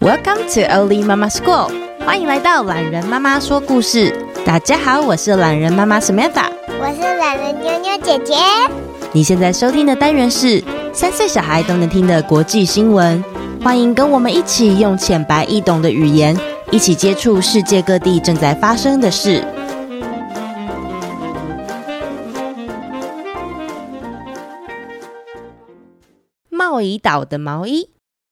Welcome to Oli Mama School， 欢迎来到懒人妈妈说故事。大家好，我是懒人妈妈 Samantha， 我是懒人妞妞姐姐。 你现在收听的单元是3岁小孩都能听的国际新闻，欢迎跟我们一起用浅白易懂的语言，一起接触世界各地正在发生的事。茂宜岛的毛衣。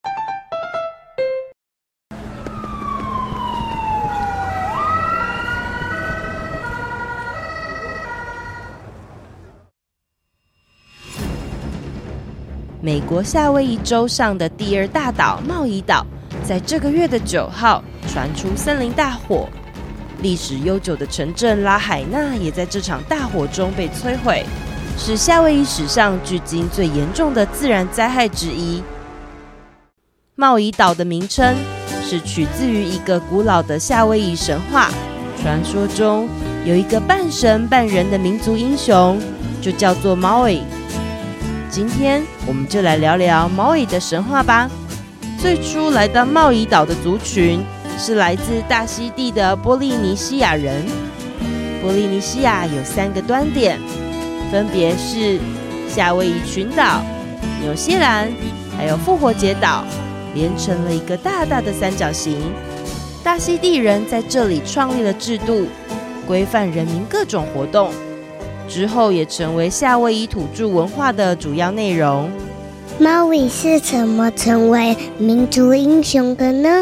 美国夏威夷州上的第二大岛茂宜岛，在这个月的9号传出森林大火，历史悠久的城镇拉海纳也在这场大火中被摧毁，是夏威夷史上距今最严重的自然灾害之一。茂宜岛的名称是取自于一个古老的夏威夷神话，传说中有一个半神半人的民族英雄，就叫做毛伊。今天我们就来聊聊毛伊的神话吧。最初来到茂宜岛的族群是来自大溪地的波利尼西亚人。波利尼西亚有3个端点，分别是夏威夷群岛、纽西兰还有复活节岛，连成了一个大大的三角形。大溪地人在这里创立了制度，规范人民各种活动，之后也成为夏威夷土著文化的主要内容。 猫伊是怎么成为民族英雄的呢？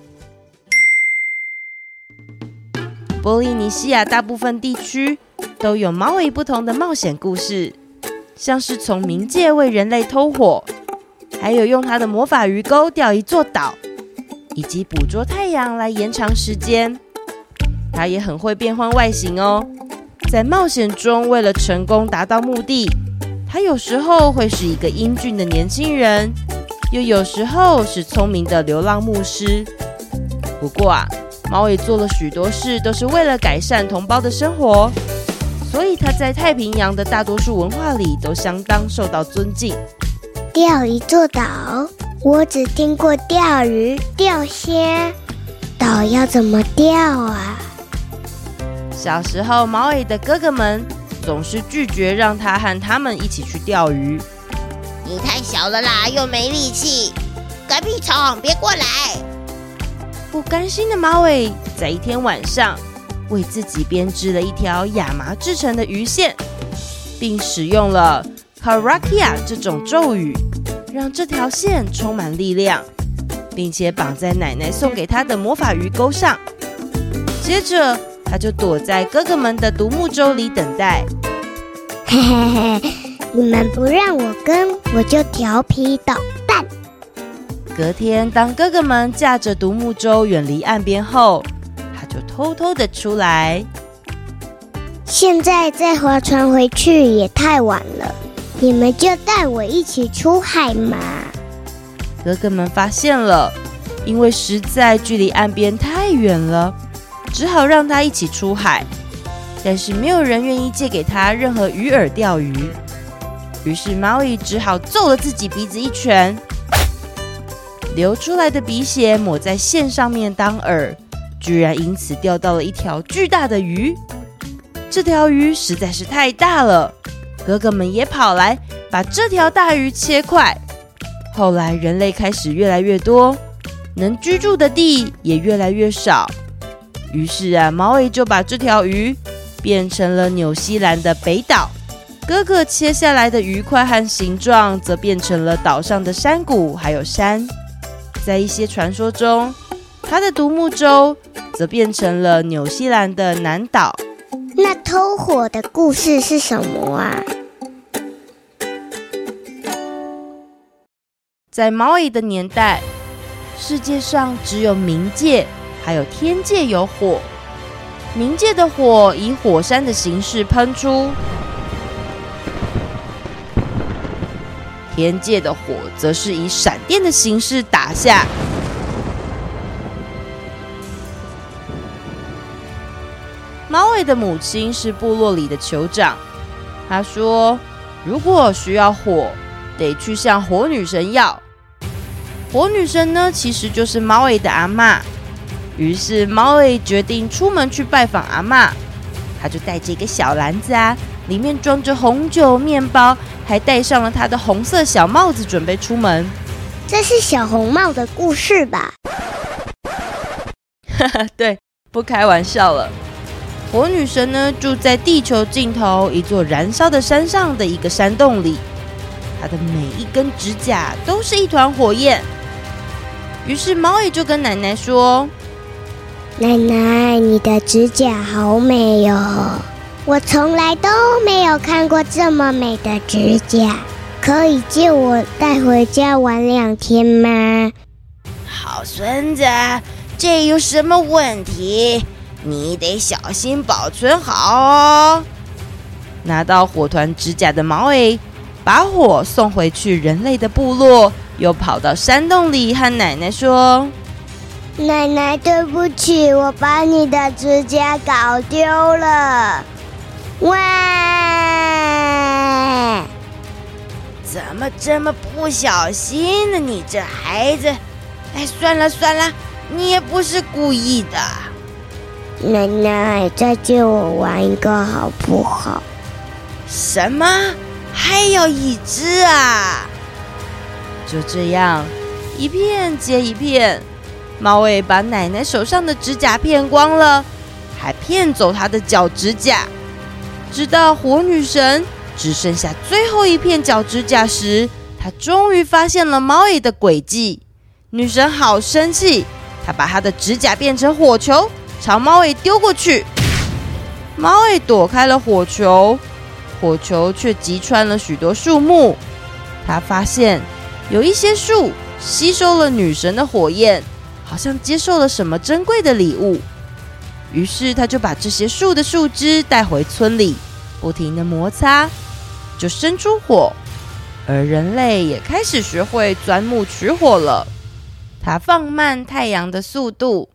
波利尼西亚大部分地区都有毛伊不同的冒险故事，像是从冥界为人类偷火，还有用他的魔法鱼钩钓一座岛，以及捕捉太阳来延长时间。他也很会变换外形哦，在冒险中为了成功达到目的，他有时候会是一个英俊的年轻人，又有时候是聪明的流浪牧师。不过毛伊做了许多事都是为了改善同胞的生活，所以他在太平洋的大多数文化里都相当受到尊敬。 钓一座岛，我只听过钓鱼、钓虾，岛要怎么钓啊？ 小时候毛伊的哥哥们总是拒绝让他和他们一起去钓鱼。 你太小了啦，又没力气，隔壁虫别过来。 不甘心的毛伊在一天晚上为自己编织了一条亚麻制成的鱼线，并使用了 Karakia 这种咒语，让这条线充满力量，并且绑在奶奶送给他的魔法鱼钩上。接着他就躲在哥哥们的独木舟里等待。 嘿嘿嘿，你们不让我跟，我就调皮捣蛋。 隔天当哥哥们驾着独木舟远离岸边后，他就偷偷的出来。 现在再划船回去也太晚了，你们就带我一起出海嘛。 哥哥们发现了，因为实在距离岸边太远了，只好让他一起出海，但是没有人愿意借给他任何鱼饵钓鱼。于是毛伊只好揍了自己鼻子一拳，流出来的鼻血抹在线上面当饵，居然因此钓到了一条巨大的鱼。这条鱼实在是太大了，哥哥们也跑来把这条大鱼切块。后来人类开始越来越多，能居住的地也越来越少，于是毛伊就把这条鱼变成了纽西兰的北岛。哥哥切下来的鱼块和形状则变成了岛上的山谷还有山。在一些传说中，他的独木舟则变成了纽西兰的南岛。 那偷火的故事是什么啊？ 在毛伊的年代，世界上只有冥界还有天界有火。冥界的火以火山的形式喷出，天界的火则是以闪电的形式打下。毛伊的母亲是部落里的酋长，她说如果需要火，得去向火女神要。 火女神呢，其实就是猫尾的阿嬷。于是猫尾决定出门去拜访阿嬷，他就带着一个小篮子啊，里面装着红酒、面包，还戴上了他的红色小帽子，准备出门。 这是小红帽的故事吧？ 对，不开玩笑了。火女神呢，住在地球尽头一座燃烧的山上的一个山洞里，她的每一根指甲都是一团火焰。于是猫也就跟奶奶说：“ 奶奶，你的指甲好美哦，我从来都没有看过这么美的指甲，可以借我带回家玩2天吗？” 好孙子，这有什么问题？你得小心保存好哦。 拿到火团指甲的猫尾，把火送回去人类的部落，又跑到山洞里和奶奶说：“ 奶奶，对不起，我把你的指甲搞丢了。”喂， 怎么这么不小心呢？你这孩子！哎，算了，你也不是故意的。 奶奶，再借我玩一个好不好？ 什么？还有一只啊？ 就这样，一片接一片，猫尾把奶奶手上的指甲骗光了，还骗走她的脚指甲。直到火女神只剩下最后一片脚指甲时，她终于发现了猫尾的诡计。女神好生气，她把她的指甲变成火球，朝猫尾丢过去。猫尾躲开了火球，火球却击穿了许多树木。她发现有一些树吸收了女神的火焰，好像接受了什么珍贵的礼物。于是她就把这些树的树枝带回村里，不停地摩擦，就生出火。而人类也开始学会钻木取火了。它放慢太阳的速度。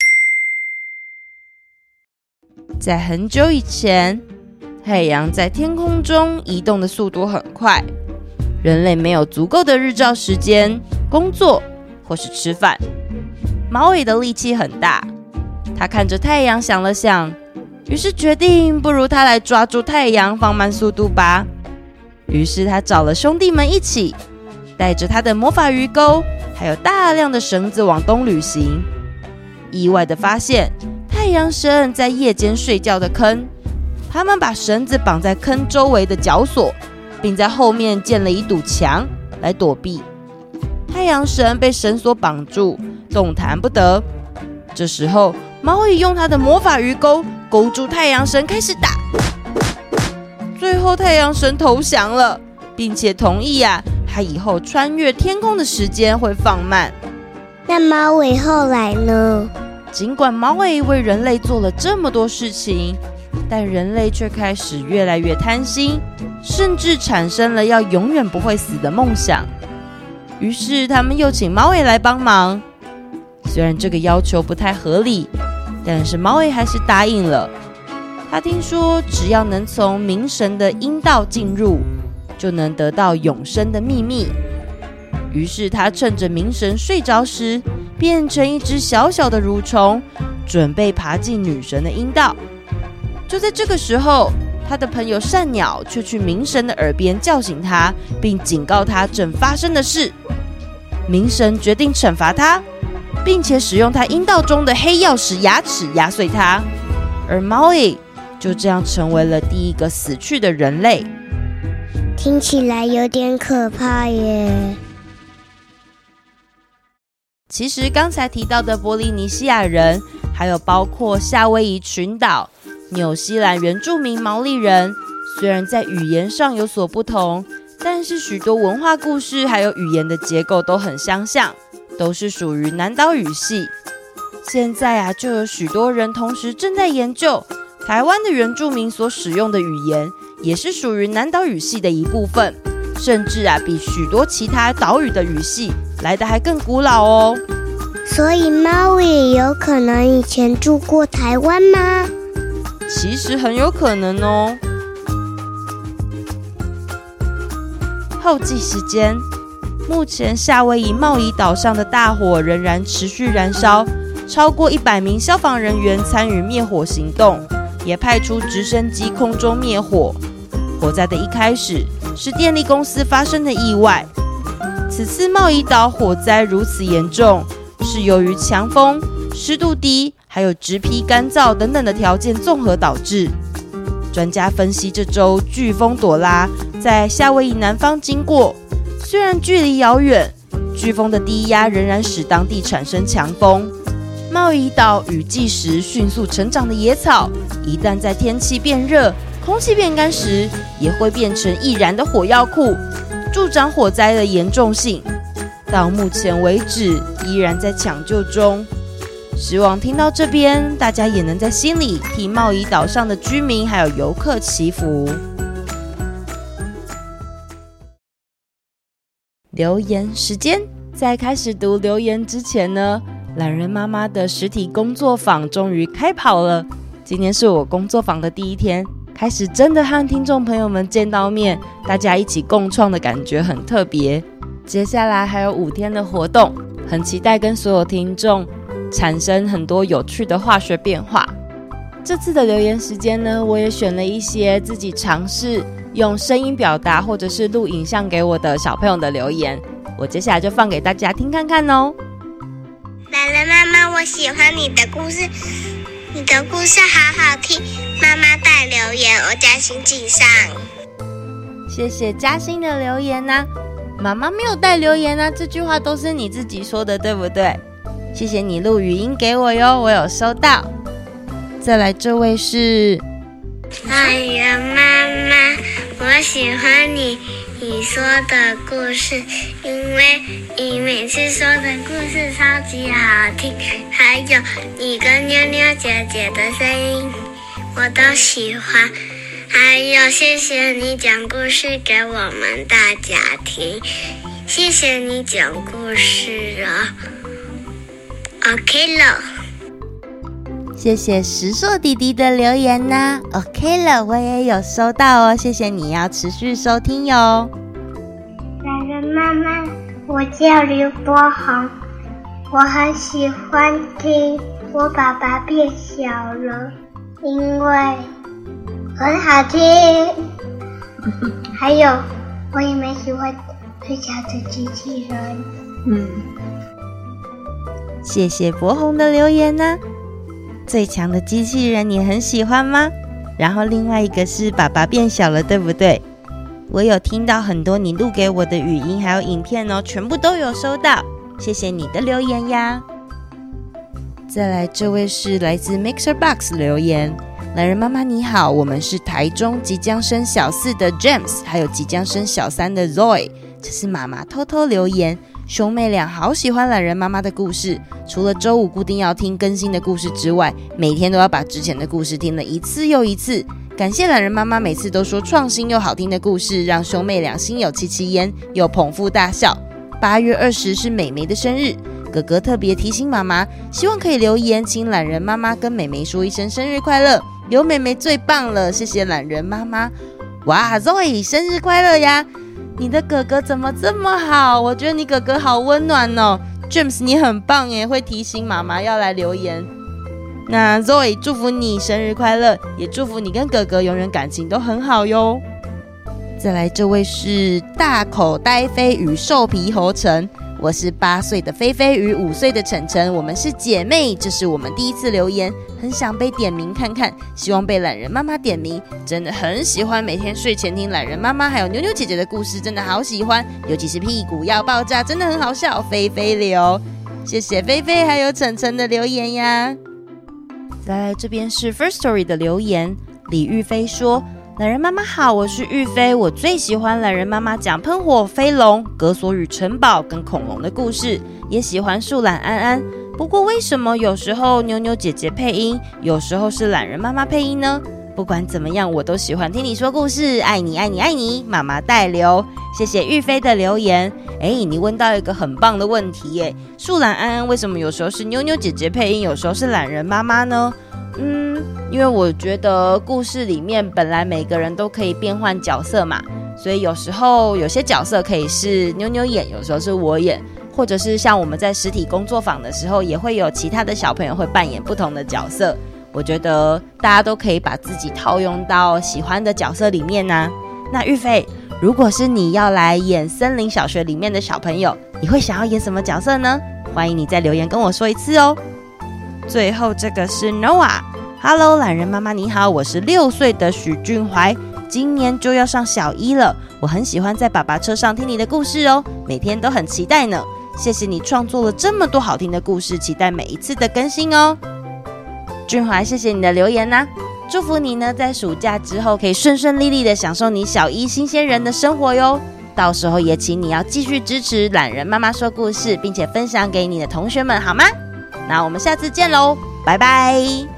在很久以前，太阳在天空中移动的速度很快，人类没有足够的日照时间工作或是吃饭。猫尾的力气很大，他看着太阳想了想，于是决定不如他来抓住太阳，放慢速度吧。于是他找了兄弟们一起，带着他的魔法鱼钩还有大量的绳子往东旅行。意外的发现太阳神在夜间睡觉的坑，他们把绳子绑在坑周围的绞索，并在后面建了一堵墙来躲避。太阳神被绳索绑住，动弹不得。这时候猫尾用他的魔法鱼钩勾住太阳神，开始打。最后太阳神投降了，并且同意他以后穿越天空的时间会放慢。 那猫尾后来呢？ 尽管猫尾为人类做了这么多事情，但人类却开始越来越贪心，甚至产生了要永远不会死的梦想。于是他们又请猫尾来帮忙。虽然这个要求不太合理，但是猫尾还是答应了。他听说只要能从冥神的阴道进入，就能得到永生的秘密。于是他趁着冥神睡着时，变成一只小小的蠕虫，准备爬进女神的阴道。就在这个时候，他的朋友善鸟却去冥神的耳边叫醒他，并警告他正发生的事。冥神决定惩罚他，并且使用他阴道中的黑曜石牙齿压碎他。而猫尾就这样成为了第一个死去的人类。 听起来有点可怕耶。 其实刚才提到的波利尼西亚人，还有包括夏威夷群岛、纽西兰原住民毛利人，虽然在语言上有所不同，但是许多文化故事还有语言的结构都很相像，都是属于南岛语系。现在就有许多人同时正在研究台湾的原住民所使用的语言，也是属于南岛语系的一部分，甚至比许多其他岛屿的语系来得还更古老哦。 所以猫也有可能以前住过台湾吗？ 其实很有可能哦。后记时间， 目前夏威夷茂宜岛上的大火仍然持续燃烧，超过100名消防人员参与灭火行动，也派出直升机空中灭火。火灾的一开始是电力公司发生的意外。此次茂宜岛火灾如此严重，是由于强风、湿度低，还有植皮干燥等等的条件综合导致。专家分析，这周飓风朵拉在夏威夷南方经过，虽然距离遥远，飓风的低压仍然使当地产生强风。茂宜岛雨季时迅速成长的野草，一旦在天气变热、空气变干时，也会变成易燃的火药库，助长火灾的严重性。到目前为止，依然在抢救中。希望听到这边，大家也能在心里替茂宜岛上的居民还有游客祈福。留言时间，在开始读留言之前呢，懒人妈妈的实体工作坊终于开跑了。今天是我工作坊的第一天，开始真的和听众朋友们见到面，大家一起共创的感觉很特别。接下来还有5天的活动，很期待跟所有听众产生很多有趣的化学变化。这次的留言时间呢，我也选了一些自己尝试用声音表达或者是录影像给我的小朋友的留言，我接下来就放给大家听看看哦。 懒人妈妈，我喜欢你的故事，你的故事好好听。妈妈带留言，我嘉欣敬上。 谢谢嘉欣的留言啊，妈妈没有带留言啊，这句话都是你自己说的，对不对？谢谢你录语音给我哟，我有收到。再来这位是懒人妈妈，我喜欢你说的故事，因为你每次说的故事超级好听，还有你跟妞妞姐姐的声音我都喜欢，还有谢谢你讲故事给我们大家听，谢谢你讲故事哦。OK 了， 谢谢石硕弟弟的留言呢。OK 了，我也有收到哦，谢谢你要持续收听哟。 懒人妈妈，我叫刘柏宏，我很喜欢听我爸爸变小了，因为很好听。还有，我也蛮喜欢最强的机器人。 谢谢柏宏的留言呢。最强的机器人你很喜欢吗？然后另外一个是爸爸变小了，对不对？我有听到很多你录给我的语音还有影片哦，全部都有收到，谢谢你的留言呀。再来这位是来自 Mixerbox 留言，懒人妈妈你好，我们是台中即将升小4的 James， 还有即将升小3的 Zoe， 这是妈妈偷偷留言，兄妹俩好喜欢懒人妈妈的故事，除了周5固定要听更新的故事之外，每天都要把之前的故事听了一次又一次。感谢懒人妈妈每次都说创新又好听的故事，让兄妹俩心有戚戚焉，又捧腹大笑。8月20是美眉的生日，哥哥特别提醒妈妈，希望可以留言请懒人妈妈跟美眉说一声生日快乐，有美眉最棒了，谢谢懒人妈妈。哇 Zoe 生日快乐呀，你的哥哥怎么这么好，我觉得你哥哥好温暖哦。 James 你很棒耶，会提醒妈妈要来留言。那 Zoe 祝福你生日快乐，也祝福你跟哥哥永远感情都很好哟。再来这位是大口呆飞与瘦皮猴成，我是8岁的菲菲与5岁的晨晨，我们是姐妹，这是我们第一次留言，很想被点名看看，希望被懒人妈妈点名，真的很喜欢每天睡前听懒人妈妈还有妞妞姐姐的故事，真的好喜欢，尤其是屁股要爆炸，真的很好笑，菲菲留，谢谢菲菲还有晨晨的留言呀。再来这边是 First Story 的留言，李玉飞说，懒人妈妈好，我是玉飞，我最喜欢懒人妈妈讲喷火飞龙、格索与城堡跟恐龙的故事，也喜欢树懒安安，不过为什么有时候妞妞姐姐配音，有时候是懒人妈妈配音呢？不管怎么样，我都喜欢听你说故事，爱你爱你爱你，妈妈代留。谢谢玉飞的留言。你问到一个很棒的问题耶，树懒安安为什么有时候是妞妞姐姐配音，有时候是懒人妈妈呢？因为我觉得故事里面本来每个人都可以变换角色嘛， 所以有时候有些角色可以是妞妞演，有时候是我演，或者是像我们在实体工作坊的时候，也会有其他的小朋友会扮演不同的角色。我觉得大家都可以把自己套用到喜欢的角色里面啊。那玉菲，如果是你要来演森林小学里面的小朋友，你会想要演什么角色呢？欢迎你在留言跟我说一次哦。最后这个是 Noah，Hello， 懒人妈妈你好，我是6岁的许俊怀，今年就要上小1了。我很喜欢在爸爸车上听你的故事哦，每天都很期待呢。谢谢你创作了这么多好听的故事，期待每一次的更新哦。俊怀，谢谢你的留言啊，祝福你呢在暑假之后可以顺顺利利的享受你小1新鲜人的生活哟。到时候也请你要继续支持懒人妈妈说故事，并且分享给你的同学们好吗？那我们下次见喽，拜拜。